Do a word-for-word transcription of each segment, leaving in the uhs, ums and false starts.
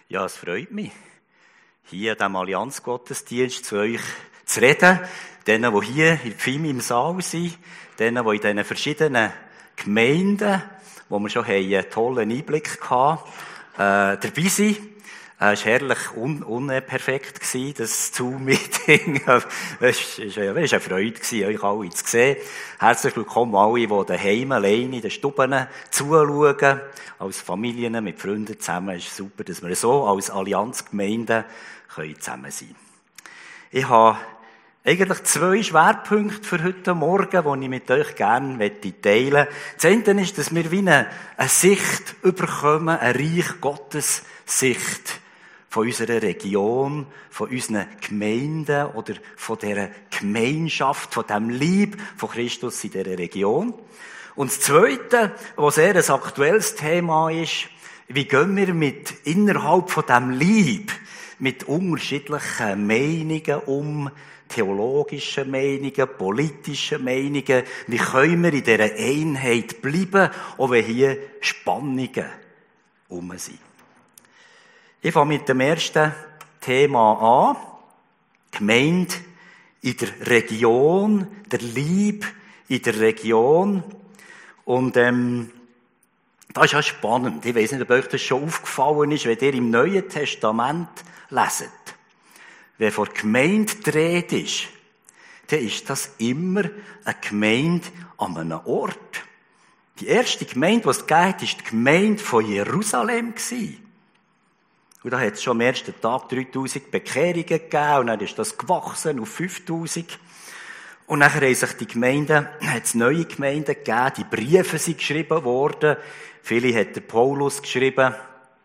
Ja, es freut mich, hier an diesem Allianz-Gottesdienst zu euch zu reden. Denen, die hier in Pfimi im Saal sind, denen, die in diesen verschiedenen Gemeinden, wo wir schon einen tollen Einblick hatten, äh, dabei sind. Es war herrlich un- unperfekt, das Zoom-Meeting. Es war eine Freude, euch alle zu sehen. Herzlich willkommen alle, die daheim alleine in den Stuben zuschauen, als Familien mit Freunden zusammen. Es ist super, dass wir so als Allianzgemeinde zusammen sein können. Ich habe eigentlich zwei Schwerpunkte für heute Morgen, die ich mit euch gerne teilen möchte. Das eine ist, dass wir wie eine, eine Sicht bekommen, eine Reich Gottes Sicht von unserer Region, von unseren Gemeinden oder von dieser Gemeinschaft, von dem Lieb von Christus in dieser Region. Und das Zweite, was sehr ein aktuelles Thema ist, wie gehen wir mit innerhalb von dem Lieb mit unterschiedlichen Meinungen um, theologischen Meinungen, politischen Meinungen, wie können wir in dieser Einheit bleiben, auch wenn hier Spannungen um sind. Ich fange mit dem ersten Thema an. Gemeinde in der Region, der Lieb in der Region. Und ähm, das ist ja spannend. Ich weiss nicht, ob euch das schon aufgefallen ist, wenn ihr im Neuen Testament leset. Wenn von Gemeinde die Rede ist, dann ist das immer eine Gemeinde an einem Ort. Die erste Gemeinde, die es gegeben hat, war die Gemeinde von Jerusalem. Und da hat es schon am ersten Tag dreitausend Bekehrungen gegeben und dann ist das gewachsen auf fünftausend. Und nachher haben sich die Gemeinden, hat es neue Gemeinden gegeben, die Briefe sind geschrieben worden. Viele hat der Paulus geschrieben,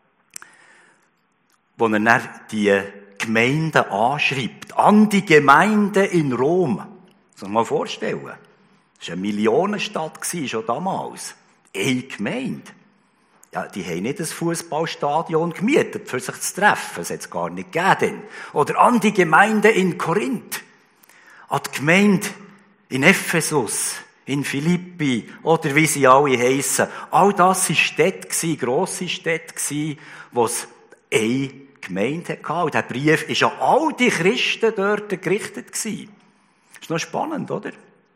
wo er dann die Gemeinden anschreibt. An die Gemeinde in Rom. Das muss man mal vorstellen. Das war eine Millionenstadt, schon damals. Eine Gemeinde. Ja, die haben nicht ein Fußballstadion gemietet, für sich zu treffen. Das hat es gar nicht gegeben. Oder an die Gemeinde in Korinth. An die Gemeinde in Ephesus, in Philippi, oder wie sie alle heissen. All das waren Städte, grosse Städte, wo es eine Gemeinde hatte. Und der Brief ist an all die Christen dort gerichtet gewesen. Ist noch spannend, oder?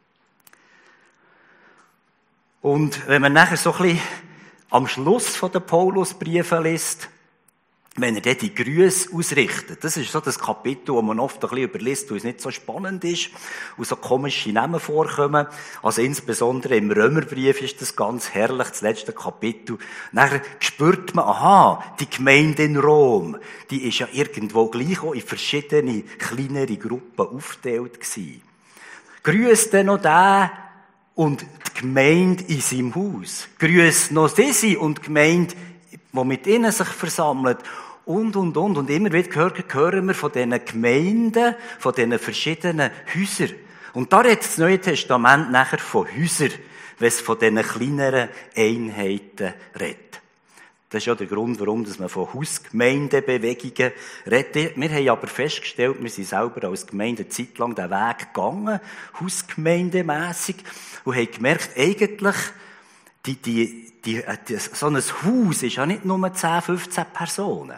Und wenn man nachher so ein bisschen am Schluss von der Paulusbriefe liest, wenn er dann die Grüße ausrichtet, das ist so das Kapitel, wo man oft ein bisschen überliest, weil es nicht so spannend ist und so komische Namen vorkommen. Also insbesondere im Römerbrief ist das ganz herrlich, das letzte Kapitel. Nachher spürt man, aha, die Gemeinde in Rom, die ist ja irgendwo gleich auch in verschiedene kleinere Gruppen aufgeteilt gewesen. Grüß dann noch den und die Gemeinde in seinem Haus. Grüß noch diese und die Gemeinde, die mit ihnen sich versammelt. Und, und, und. Und immer wieder hören wir von diesen Gemeinden, von diesen verschiedenen Häusern. Und da redet das Neue Testament nachher von Häusern, wenn es von diesen kleineren Einheiten redet. Das ist ja der Grund, warum man von Hausgemeindebewegungen redet. Wir haben aber festgestellt, wir sind selber als Gemeinde eine Zeit lang den Weg gegangen, hausgemeindemässig, und haben gemerkt, eigentlich, die, die, die, die, so ein Haus ist ja nicht nur zehn, fünfzehn Personen.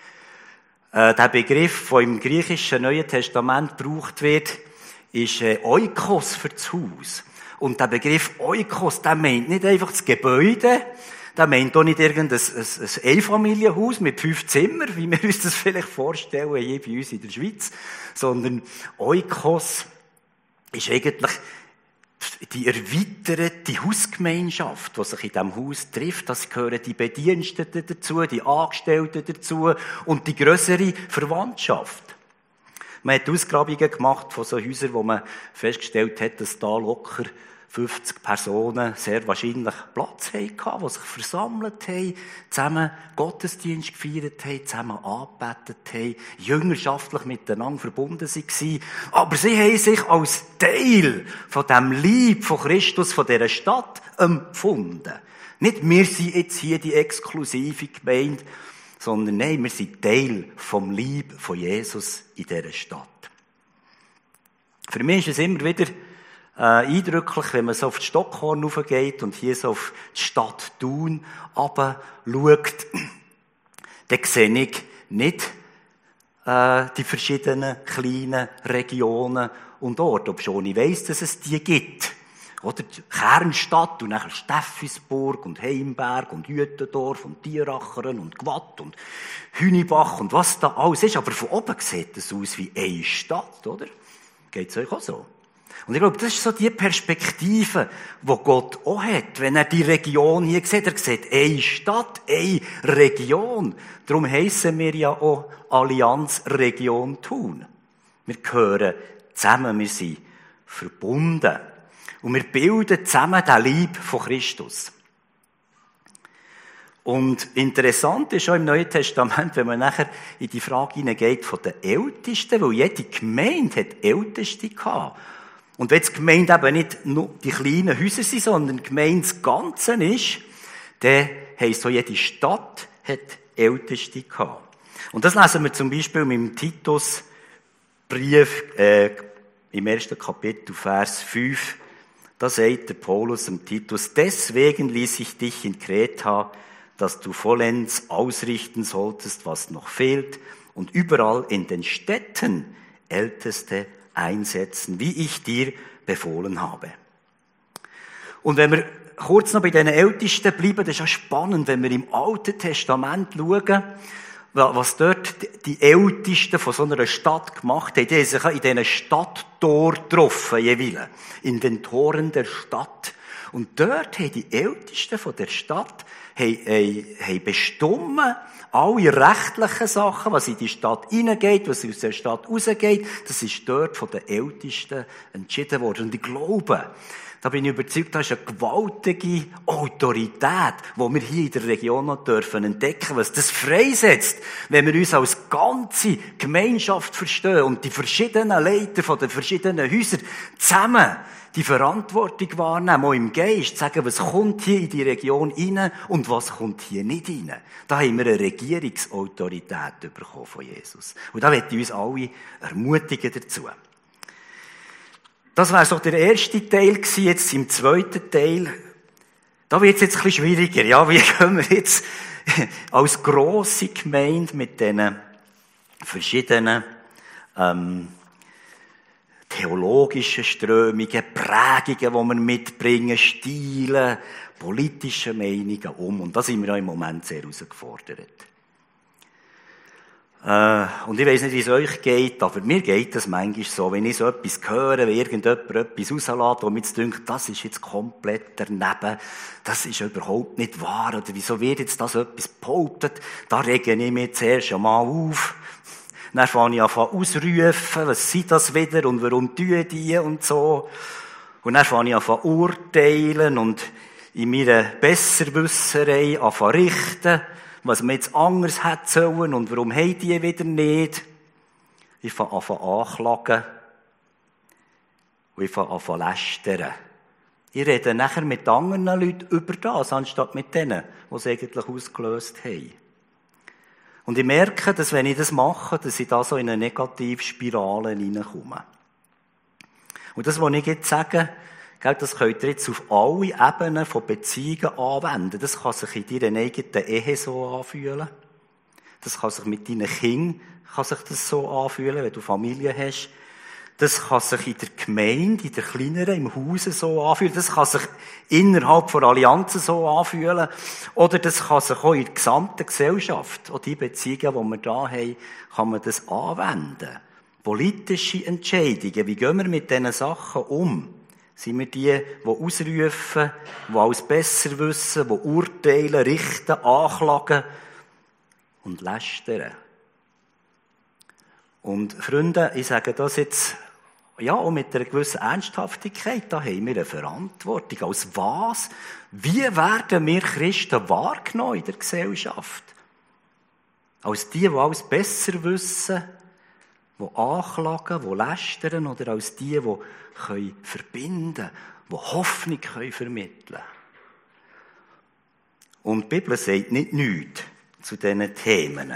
Äh, der Begriff, der im griechischen Neuen Testament gebraucht wird, ist äh, Oikos für das Haus. Und der Begriff Oikos, der meint nicht einfach das Gebäude, der meint auch nicht irgendein ein, ein Einfamilienhaus mit fünf Zimmern, wie wir uns das vielleicht vorstellen, hier bei uns in der Schweiz, sondern Oikos ist eigentlich die erweiterte Hausgemeinschaft, die sich in diesem Haus trifft. Das gehören die Bediensteten dazu, die Angestellten dazu und die grössere Verwandtschaft. Man hat Ausgrabungen gemacht von so Häusern, wo man festgestellt hat, dass da locker fünfzig Personen sehr wahrscheinlich Platz hatten, die sich versammelt haben, zusammen Gottesdienst gefeiert haben, zusammen angebetet haben, jüngerschaftlich miteinander verbunden waren. Aber sie haben sich als Teil von dem Lieb von Christus, von dieser Stadt empfunden. Nicht wir sind jetzt hier die exklusive Gemeinde, sondern nein, wir sind Teil vom Lieb von Jesus in dieser Stadt. Für mich ist es immer wieder Äh, eindrücklich, wenn man so auf die Stockhorn raufgeht und hier so auf die Stadt Thun runter schaut, dann sehe ich nicht äh, die verschiedenen kleinen Regionen und Orte, obwohl ich weiss, dass es die gibt. Oder die Kernstadt und dann Steffisburg und Heimberg und Jütendorf und Tieracheren und Gwatt und Hünibach und was da alles ist. Aber von oben sieht es aus wie eine Stadt, oder? Geht es euch auch so? Und ich glaube, das ist so die Perspektive, die Gott auch hat, wenn er die Region hier sieht. Er sieht eine Stadt, eine Region. Darum heissen wir ja auch Allianz Region Thun. Wir gehören zusammen, wir sind verbunden. Und wir bilden zusammen den Leib von Christus. Und interessant ist auch im Neuen Testament, wenn man nachher in die Frage hineingeht von den Ältesten, weil jede Gemeinde hat Älteste gehabt. Und wenn die Gemeinde eben nicht nur die kleinen Häuser sind, sondern die Gemeinde das Ganze ist, dann heisst so, jede Stadt hat Älteste gehabt. Und das lesen wir zum Beispiel im Titusbrief, äh, im ersten Kapitel, Vers fünf. Da sagt der Paulus dem Titus: Deswegen ließ ich dich in Kreta, dass du vollends ausrichten solltest, was noch fehlt, und überall in den Städten Älteste einsetzen, wie ich dir befohlen habe. Und wenn wir kurz noch bei den Ältesten bleiben, das ist ja spannend, wenn wir im Alten Testament schauen, was dort die Ältesten von so einer Stadt gemacht haben. Die haben sich in diesen Stadttoren getroffen, jeweils. In den Toren der Stadt. Und dort haben die Ältesten von der Stadt haben, haben, haben bestimmt alle rechtlichen Sachen, was in die Stadt hineingeht, was aus der Stadt rausgeht. Das ist dort von den Ältesten entschieden worden. Und ich glaube, da bin ich überzeugt, das ist eine gewaltige Autorität, die wir hier in der Region noch dürfen entdecken, was das freisetzt, wenn wir uns als ganze Gemeinschaft verstehen und die verschiedenen Leiter von den verschiedenen Häusern zusammen die Verantwortung wahrnehmen, auch im Geist, sagen, was kommt hier in die Region rein und was kommt hier nicht rein. Da haben wir eine Regierungsautorität bekommen von Jesus. Und da möchte ich uns alle ermutigen dazu. Das wäre so der erste Teil gewesen. Jetzt im zweiten Teil, da wird es jetzt ein bisschen schwieriger. Ja, wie können wir jetzt als grosse Gemeinde mit diesen verschiedenen ähm, theologischen Strömungen, Prägungen, die wir mitbringen, Stile, politische Meinungen um. Und da sind wir auch im Moment sehr herausgefordert. Und ich weiss nicht, wie es euch geht, aber mir geht das manchmal so, wenn ich so etwas höre, wenn irgendjemand etwas rauslässt, wo mir jetzt denkt, das ist jetzt komplett daneben, das ist überhaupt nicht wahr, oder wieso wird jetzt das etwas behauptet, da rege ich mich zuerst einmal auf, dann fange ich an ausrufen, was sind das wieder und warum tun die und so, und dann fange ich an urteilen und in meiner Besserwisserei an richten, was man jetzt anders hätte sollen und warum haben die wieder nicht. Ich fange an anklagen und ich fange an lästern. Ich rede nachher mit anderen Leuten über das, anstatt mit denen, die es eigentlich ausgelöst haben. Und ich merke, dass wenn ich das mache, dass ich da so in eine Negativspirale hineinkomme. Und das, was ich jetzt sage, das könnt ihr jetzt auf alle Ebenen von Beziehungen anwenden. Das kann sich in deiner eigenen Ehe so anfühlen. Das kann sich mit deinen Kindern kann sich das so anfühlen, wenn du Familie hast. Das kann sich in der Gemeinde, in der kleineren, im Hause so anfühlen. Das kann sich innerhalb von Allianzen so anfühlen. Oder das kann sich auch in der gesamten Gesellschaft, auch die Beziehungen, die wir da haben, kann man das anwenden. Politische Entscheidungen. Wie gehen wir mit diesen Sachen um? Sind wir die, die ausrufen, die alles besser wissen, die urteilen, richten, anklagen und lästern? Und Freunde, ich sage das jetzt, ja, auch mit einer gewissen Ernsthaftigkeit, da haben wir eine Verantwortung. Als was? Wie werden wir Christen wahrgenommen in der Gesellschaft? Als die, die alles besser wissen, die anklagen, die lästern, oder als die, die können verbinden, die Hoffnung können vermitteln. Und die Bibel sagt nicht nichts zu diesen Themen.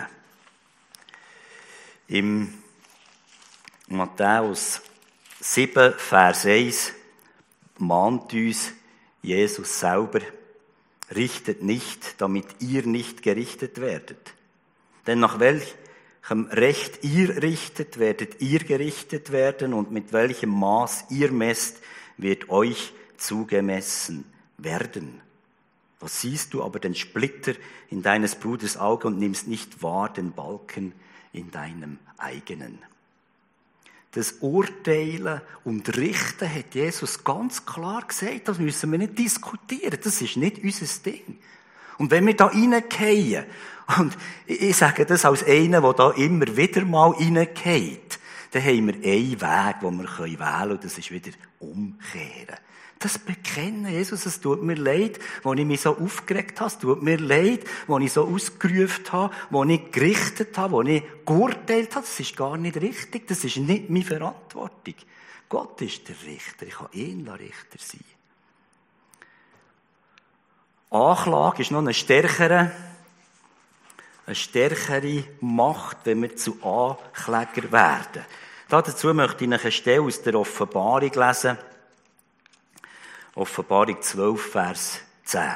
Im Matthäus sieben, Vers eins mahnt uns Jesus selber: Richtet nicht, damit ihr nicht gerichtet werdet. Denn nach welch Recht ihr richtet, werdet ihr gerichtet werden, und mit welchem Maß ihr messt, wird euch zugemessen werden. Was siehst du aber den Splitter in deines Bruders Auge und nimmst nicht wahr den Balken in deinem eigenen? Das Urteilen und Richten hat Jesus ganz klar gesagt, das müssen wir nicht diskutieren, das ist nicht unser Ding. Und wenn wir da reingehen, und ich sage das als einer, der da immer wieder mal reingeht, dann haben wir einen Weg, den wir wählen können, und das ist wieder umkehren. Das Bekennen, Jesus, es tut mir leid, wo ich mich so aufgeregt habe, es tut mir leid, wo ich so ausgerufen habe, wo ich gerichtet habe, wo ich geurteilt habe, das ist gar nicht richtig, das ist nicht meine Verantwortung. Gott ist der Richter, ich kann ihn Richter sein. Anklage ist noch eine stärkere, eine stärkere Macht, wenn wir zu Ankläger werden. Dazu möchte ich eine Stelle aus der Offenbarung lesen. Offenbarung zwölf, Vers zehn.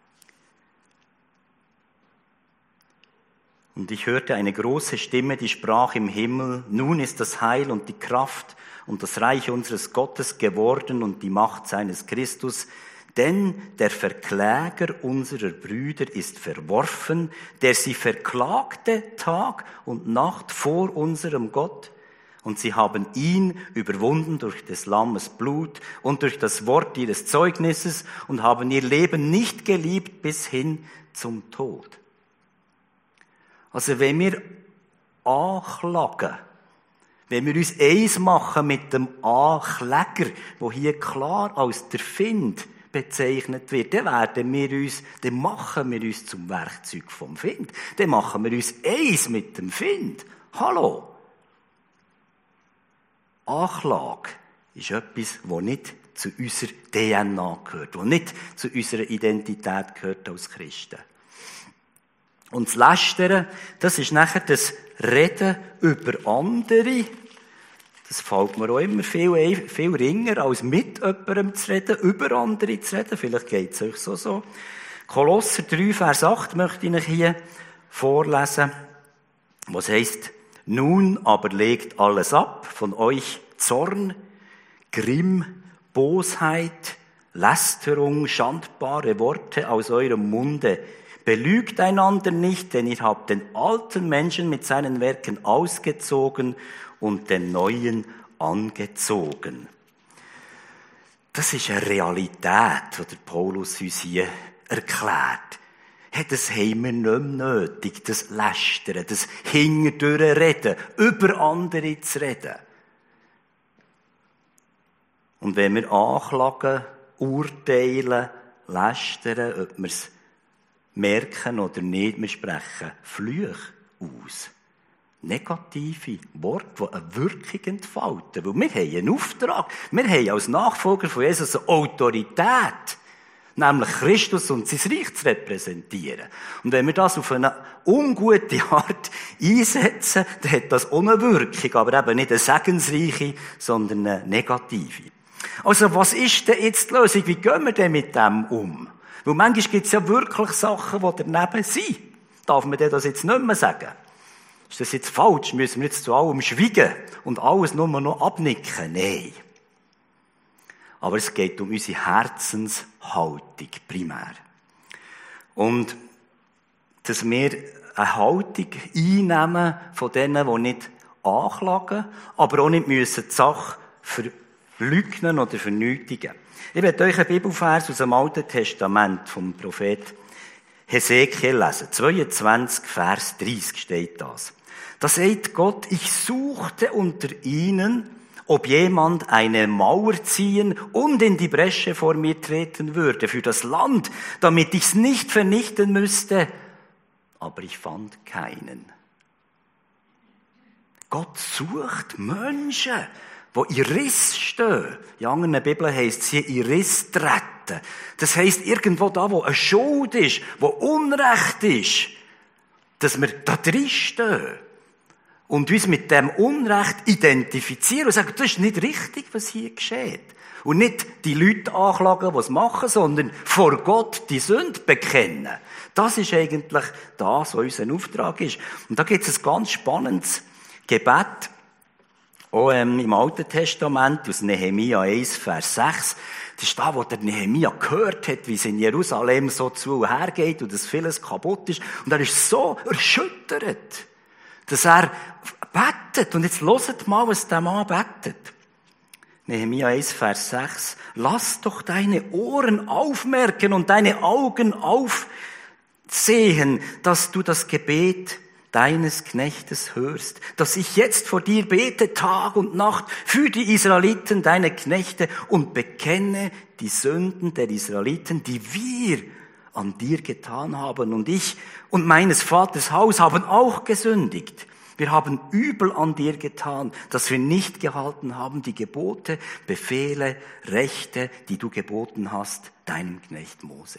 Und ich hörte eine große Stimme, die sprach im Himmel: Nun ist das Heil und die Kraft und das Reich unseres Gottes geworden und die Macht seines Christus. Denn der Verkläger unserer Brüder ist verworfen, der sie verklagte Tag und Nacht vor unserem Gott. Und sie haben ihn überwunden durch des Lammes Blut und durch das Wort ihres Zeugnisses und haben ihr Leben nicht geliebt bis hin zum Tod. Also wenn wir anklagen, wenn wir uns eins machen mit dem Ankläger, wo hier klar als der Find bezeichnet wird, dann werden wir uns, dann machen wir uns zum Werkzeug vom Find. Dann machen wir uns eins mit dem Find. Hallo? Anklage ist etwas, das nicht zu unserer D N A gehört, das nicht zu unserer Identität gehört als Christen. Und das Lästern, das ist nachher das Reden über andere. Das fällt mir auch immer viel, viel ringer, als mit jemandem zu reden, über andere zu reden. Vielleicht geht es euch so so. Kolosser drei, Vers acht möchte ich euch hier vorlesen. Was heisst: Nun aber legt alles ab von euch: Zorn, Grimm, Bosheit, Lästerung, schandbare Worte aus eurem Munde. Belügt einander nicht, denn ihr habt den alten Menschen mit seinen Werken ausgezogen und den neuen angezogen. Das ist eine Realität, die der Paulus uns hier erklärt. Hey, das haben wir nicht mehr nötig, das Lästern, das Hinterdurchreden, über andere zu reden. Und wenn wir anklagen, urteilen, lästern, ob wir es merken oder nicht, wir sprechen Flüche aus. Negative Worte, die eine Wirkung entfalten. Weil wir haben einen Auftrag. Wir haben als Nachfolger von Jesus eine Autorität, nämlich Christus und sein Reich zu repräsentieren. Und wenn wir das auf eine ungute Art einsetzen, dann hat das auch eine Wirkung, aber eben nicht eine segensreiche, sondern eine negative. Also was ist denn jetzt die Lösung? Wie gehen wir denn mit dem um? Weil manchmal gibt es ja wirklich Sachen, die daneben sind. Darf man das jetzt nicht mehr sagen? Ist das jetzt falsch? Müssen wir jetzt zu allem schweigen und alles nur noch abnicken? Nein. Aber es geht um unsere Herzenshaltung primär. Und dass wir eine Haltung einnehmen von denen, die nicht anklagen, aber auch nicht müssen die Sache verleugnen oder vernötigen. Ich werde euch einen Bibelvers aus dem Alten Testament vom Prophet Hesekiel lesen. zweiundzwanzig, Vers dreißig steht das. Da sagt Gott: Ich suchte unter ihnen, ob jemand eine Mauer ziehen und in die Bresche vor mir treten würde für das Land, damit ich es nicht vernichten müsste. Aber ich fand keinen. Gott sucht Menschen, die in Riss stehen. In anderen Bibeln heisst es hier in Riss treten. Das heisst, irgendwo da, wo eine Schuld ist, wo Unrecht ist, dass wir da drin stehen und uns mit dem Unrecht identifizieren und sagen, das ist nicht richtig, was hier geschieht. Und nicht die Leute anklagen, die es machen, sondern vor Gott die Sünde bekennen. Das ist eigentlich das, was unser Auftrag ist. Und da gibt es ein ganz spannendes Gebet, auch ähm, im Alten Testament, aus Nehemia eins, Vers sechs. Das ist da, wo der Nehemia gehört hat, wie es in Jerusalem so zu und her geht und dass vieles kaputt ist. Und er ist so erschüttert, dass er betet. Und jetzt hört mal, was der Mann betet. Nehemia eins, Vers sechs. Lass doch deine Ohren aufmerken und deine Augen aufsehen, dass du das Gebet deines Knechtes hörst, dass ich jetzt vor dir bete Tag und Nacht für die Israeliten, deine Knechte, und bekenne die Sünden der Israeliten, die wir an dir getan haben. Und ich und meines Vaters Haus haben auch gesündigt. Wir haben übel an dir getan, dass wir nicht gehalten haben die Gebote, Befehle, Rechte, die du geboten hast, deinem Knecht Mose.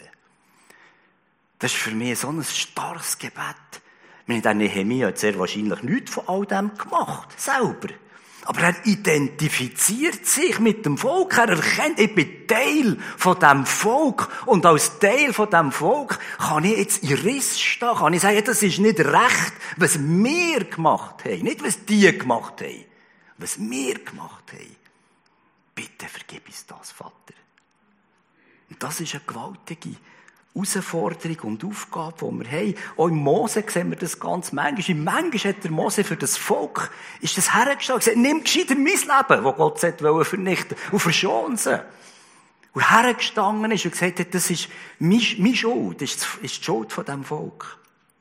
Das ist für mich so ein starkes Gebet. Ich meine, der Nehemia hat sehr wahrscheinlich nichts von all dem gemacht, selber. Aber er identifiziert sich mit dem Volk. Er erkennt, ich bin Teil von diesem Volk. Und als Teil von diesem Volk kann ich jetzt in Riss stehen. Kann ich sagen, das ist nicht recht, was wir gemacht haben. Nicht, was die gemacht haben. Was wir gemacht haben. Bitte vergib uns das, Vater. Und das ist eine gewaltige Herausforderung und Aufgabe, die wir haben. Auch im Mose sehen wir das ganz manchmal. Manchmal hat der Mose für das Volk, ist das hergestellt, gesagt, nimm gescheiter mein Leben, das Gott wollte vernichten, und verschon sie. Und hergestanden ist und gesagt hat, das ist meine Schuld, das ist die Schuld von diesem Volk.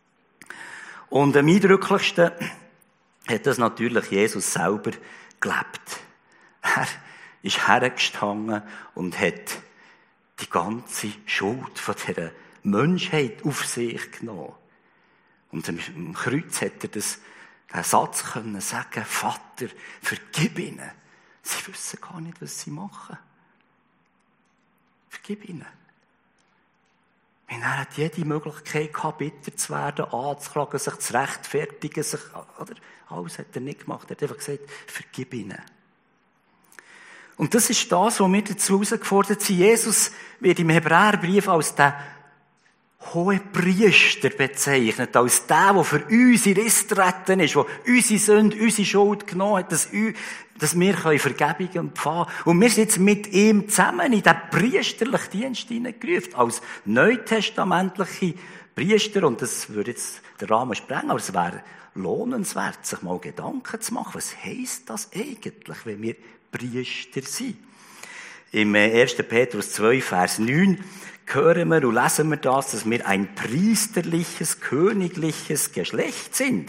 Und am eindrücklichsten hat das natürlich Jesus selber gelebt. Er ist hergestanden und hat die ganze Schuld von dieser Menschheit auf sich genommen. Und am Kreuz hätte er das, den Satz können sagen, Vater, vergib ihnen. Sie wissen gar nicht, was sie machen. Vergib ihnen. Und er hat jede Möglichkeit gehabt, bitter zu werden, anzuklagen, sich zu rechtfertigen, sich, oder? Alles hat er nicht gemacht. Er hat einfach gesagt, vergib ihnen. Und das ist das, was wir dazu herausgefordert sind. Jesus wird im Hebräerbrief als der hohe Priester bezeichnet, als der, der für uns in Riss getreten ist, der unsere Sünde, unsere Schuld genommen hat, dass, dass wir Vergebung empfangen können. Und wir sind jetzt mit ihm zusammen in diesen priesterlichen Dienst hineingerufen, als neutestamentliche Priester. Und das würde jetzt den Rahmen sprengen, aber es wäre lohnenswert, sich mal Gedanken zu machen. Was heisst das eigentlich, wenn wir Priester sind? Im ersten Petrus zwei, Vers neun hören wir und lesen wir das, dass wir ein priesterliches, königliches Geschlecht sind.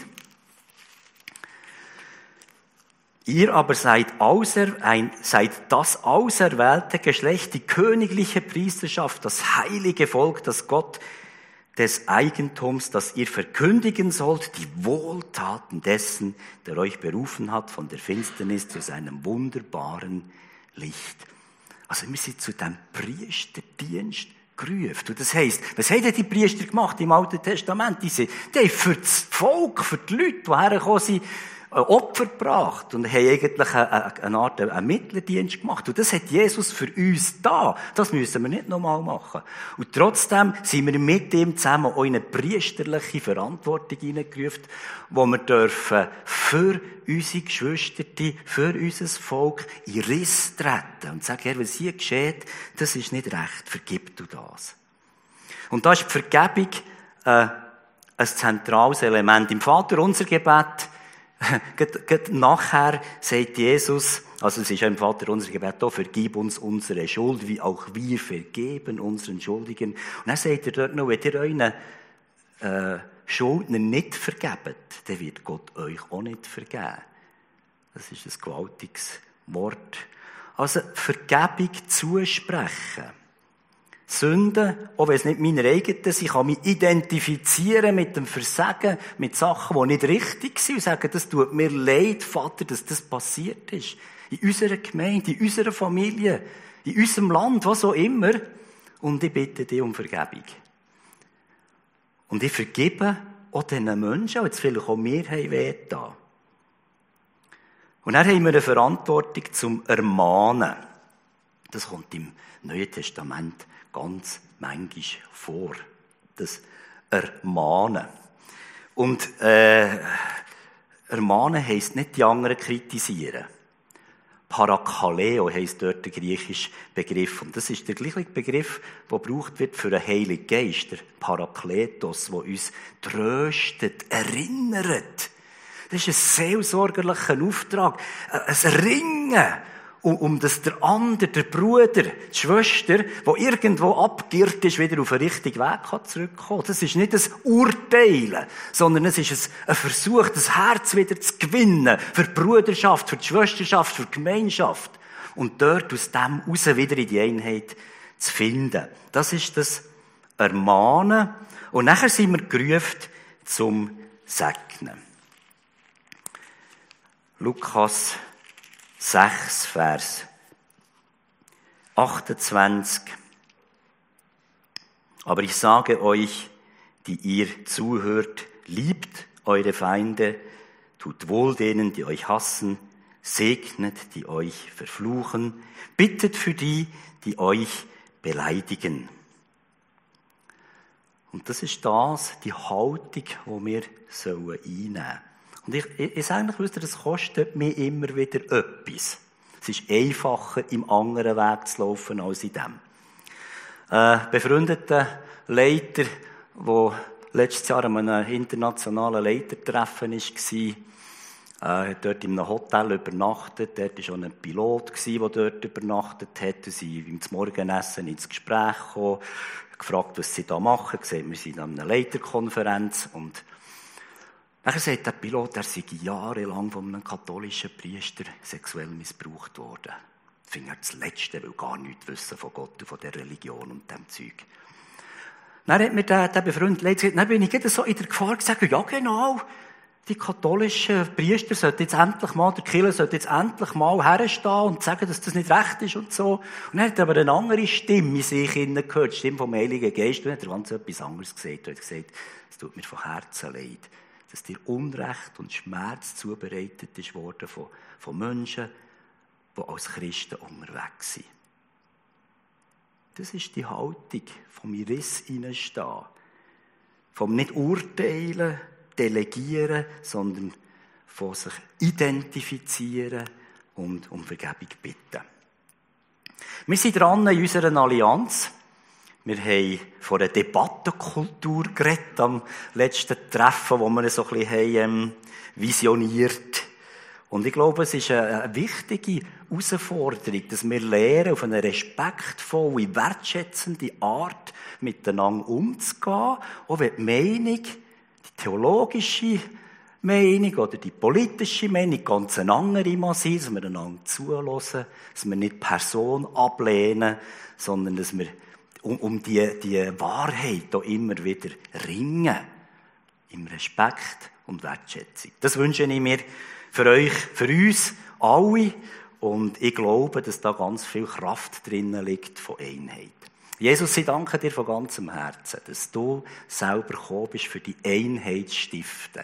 Ihr aber seid, außer, ein, seid das auserwählte Geschlecht, die königliche Priesterschaft, das heilige Volk, das Gott des Eigentums, das ihr verkündigen sollt, die Wohltaten dessen, der euch berufen hat von der Finsternis zu seinem wunderbaren Licht. Also wir sind zu diesem Priesterdienst gerufen. Und das heisst, was haben denn die Priester gemacht im Alten Testament? Die, sind, die haben für das Volk, für die Leute, die hergekommen sind, ein Opfer gebracht und haben eigentlich eine, eine Art einen Mittlerdienst gemacht. Und das hat Jesus für uns da. Das müssen wir nicht nochmal machen. Und trotzdem sind wir mit ihm zusammen auch in eine priesterliche Verantwortung hineingerufen, wo wir dürfen für unsere Geschwister, für unser Volk in Riss treten und sagen, Herr, was hier geschieht, das ist nicht recht, vergib du das. Und da ist die Vergebung äh, ein zentrales Element. Im Vaterunser Gebet nachher sagt Jesus, also es ist ja im Vaterunser Gebet auch, vergib uns unsere Schuld, wie auch wir vergeben unseren Schuldigen. Und dann sagt er dort noch, wenn ihr euren äh, Schuldner nicht vergebt, dann wird Gott euch auch nicht vergeben. Das ist ein gewaltiges Wort. Also Vergebung zusprechen. Sünden, auch wenn es nicht meine eigenen sind, ich kann mich identifizieren mit dem Versagen, mit Sachen, die nicht richtig sind und sagen, das tut mir leid, Vater, dass das passiert ist. In unserer Gemeinde, in unserer Familie, in unserem Land, was auch immer. Und ich bitte dich um Vergebung. Und ich vergebe auch diesen Menschen, die jetzt vielleicht auch mir haben wehgetan. Und dann haben wir eine Verantwortung zum Ermahnen. Das kommt im Neuen Testament ganz manchmal vor. Das Ermahnen. Und äh, Ermahnen heisst nicht die anderen kritisieren. Parakaleo heisst dort der griechische Begriff. Und das ist der gleiche Begriff, der gebraucht wird für den Heiligen Geist, der Parakletos, der uns tröstet, erinnert. Das ist ein seelsorgerlicher Auftrag, ein Ringen, um, um dass der andere, der Bruder, die Schwester, die irgendwo abgeirrt ist, wieder auf den richtigen Weg kann zurückkommen. Das ist nicht ein Urteilen, sondern es ist ein, ein Versuch, das Herz wieder zu gewinnen, für die Bruderschaft, für die Schwesterschaft, für die Gemeinschaft. Und dort aus dem raus wieder in die Einheit zu finden. Das ist das Ermahnen. Und nachher sind wir gerufen zum Segnen. Lukas sechs, Vers achtundzwanzig. Aber ich sage euch, die ihr zuhört, liebt eure Feinde, tut wohl denen, die euch hassen, segnet, die euch verfluchen, bittet für die, die euch beleidigen. Und das ist das, die Haltung, die wir einnehmen sollen. Und ich, ich, ich sage eigentlich, das kostet mir immer wieder etwas. Es ist einfacher, im anderen Weg zu laufen als in dem. Ein äh, befreundeter Leiter, der letztes Jahr an einem internationalen Leitertreffen war, Er hat dort in einem Hotel übernachtet. Dort war schon ein Pilot, der dort übernachtet hat. Sie sind beim Morgenessen ins Gespräch gekommen, gefragt, was sie da machen. Gesehen, wir sind an einer Leiterkonferenz. Und dann sagt der Pilot, er sei jahrelang von einem katholischen Priester sexuell missbraucht worden. Ich finde er das Letzte, weil gar nichts wissen von Gott und von der Religion und dem Zeug. Dann hat mir der, der befreundete gesagt, dann bin ich so in der Gefahr gesagt, ja genau, die katholischen Priester sollten jetzt endlich mal, der Kirche sollte jetzt endlich mal herstehen und sagen, dass das nicht recht ist und so. Und er hat aber eine andere Stimme in sich gehört, die Stimme vom Heiligen Geist, und er hat ganz etwas anderes gesagt. Er hat gesagt, es tut mir von Herzen leid, dass dir Unrecht und Schmerz zubereitet ist worden von, von Menschen, die als Christen unterwegs sind. Das ist die Haltung vom Riss hineinstehen. Vom nicht urteilen, delegieren, sondern von sich identifizieren und um Vergebung bitten. Wir sind dran in unserer Allianz. Wir haben von einer Debattenkultur geredet am letzten Treffen, wo wir so ein bisschen haben, visioniert. Und ich glaube, es ist eine wichtige Herausforderung, dass wir lernen, auf eine respektvolle, wertschätzende Art miteinander umzugehen, auch wenn die Meinung, die theologische Meinung oder die politische Meinung ganz eine andere mal sein, dass wir einander zuhören, dass wir nicht Person ablehnen, sondern dass wir um, um die, die Wahrheit da immer wieder ringen. Im Respekt und Wertschätzung. Das wünsche ich mir für euch, für uns alle. Und ich glaube, dass da ganz viel Kraft drinnen liegt von Einheit. Jesus, ich danke dir von ganzem Herzen, dass du selber gekommen bist, für die Einheit zu stiften.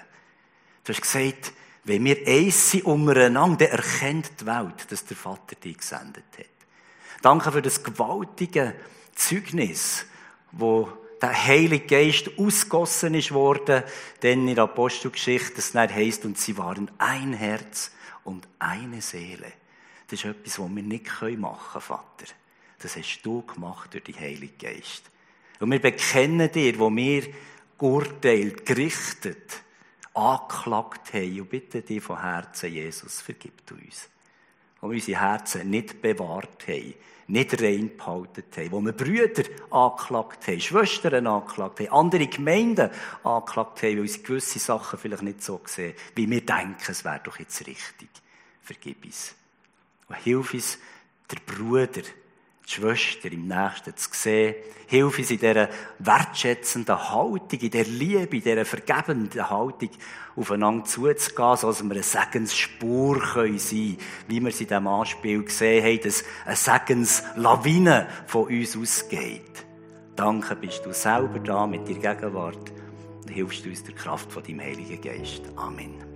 Du hast gesagt, wenn wir eins sind untereinander, dann erkennt die Welt, dass der Vater dich gesendet hat. Danke für das gewaltige Zeugnis, wo der Heilige Geist ausgossen ist worden, denn in der Apostelgeschichte, das dann heisst, und sie waren ein Herz und eine Seele. Das ist etwas, was wir nicht machen können, Vater. Das hast du gemacht durch den Heiligen Geist. Und wir bekennen dir, wo wir geurteilt, gerichtet, angeklagt haben, und bitten dich von Herzen, Jesus, vergib uns. Wo wir unsere Herzen nicht bewahrt haben, nicht rein behalten haben, wo wir Brüder angeklagt haben, Schwestern angeklagt haben, andere Gemeinden angeklagt haben, weil sie gewisse Sachen vielleicht nicht so sehen, wie wir denken, es wäre doch jetzt richtig. Vergib uns. Und hilf uns, der Bruder, die Schwester im Nächsten zu sehen. Hilf uns in dieser wertschätzenden Haltung, in dieser Liebe, in dieser vergebenden Haltung aufeinander zuzugehen, so dass wir eine Segensspur sein können, wie wir es in diesem Anspiel gesehen haben, dass eine Segenslawine von uns ausgeht. Danke, bist du selber da mit deiner Gegenwart und hilfst uns der Kraft von deinem Heiligen Geist. Amen.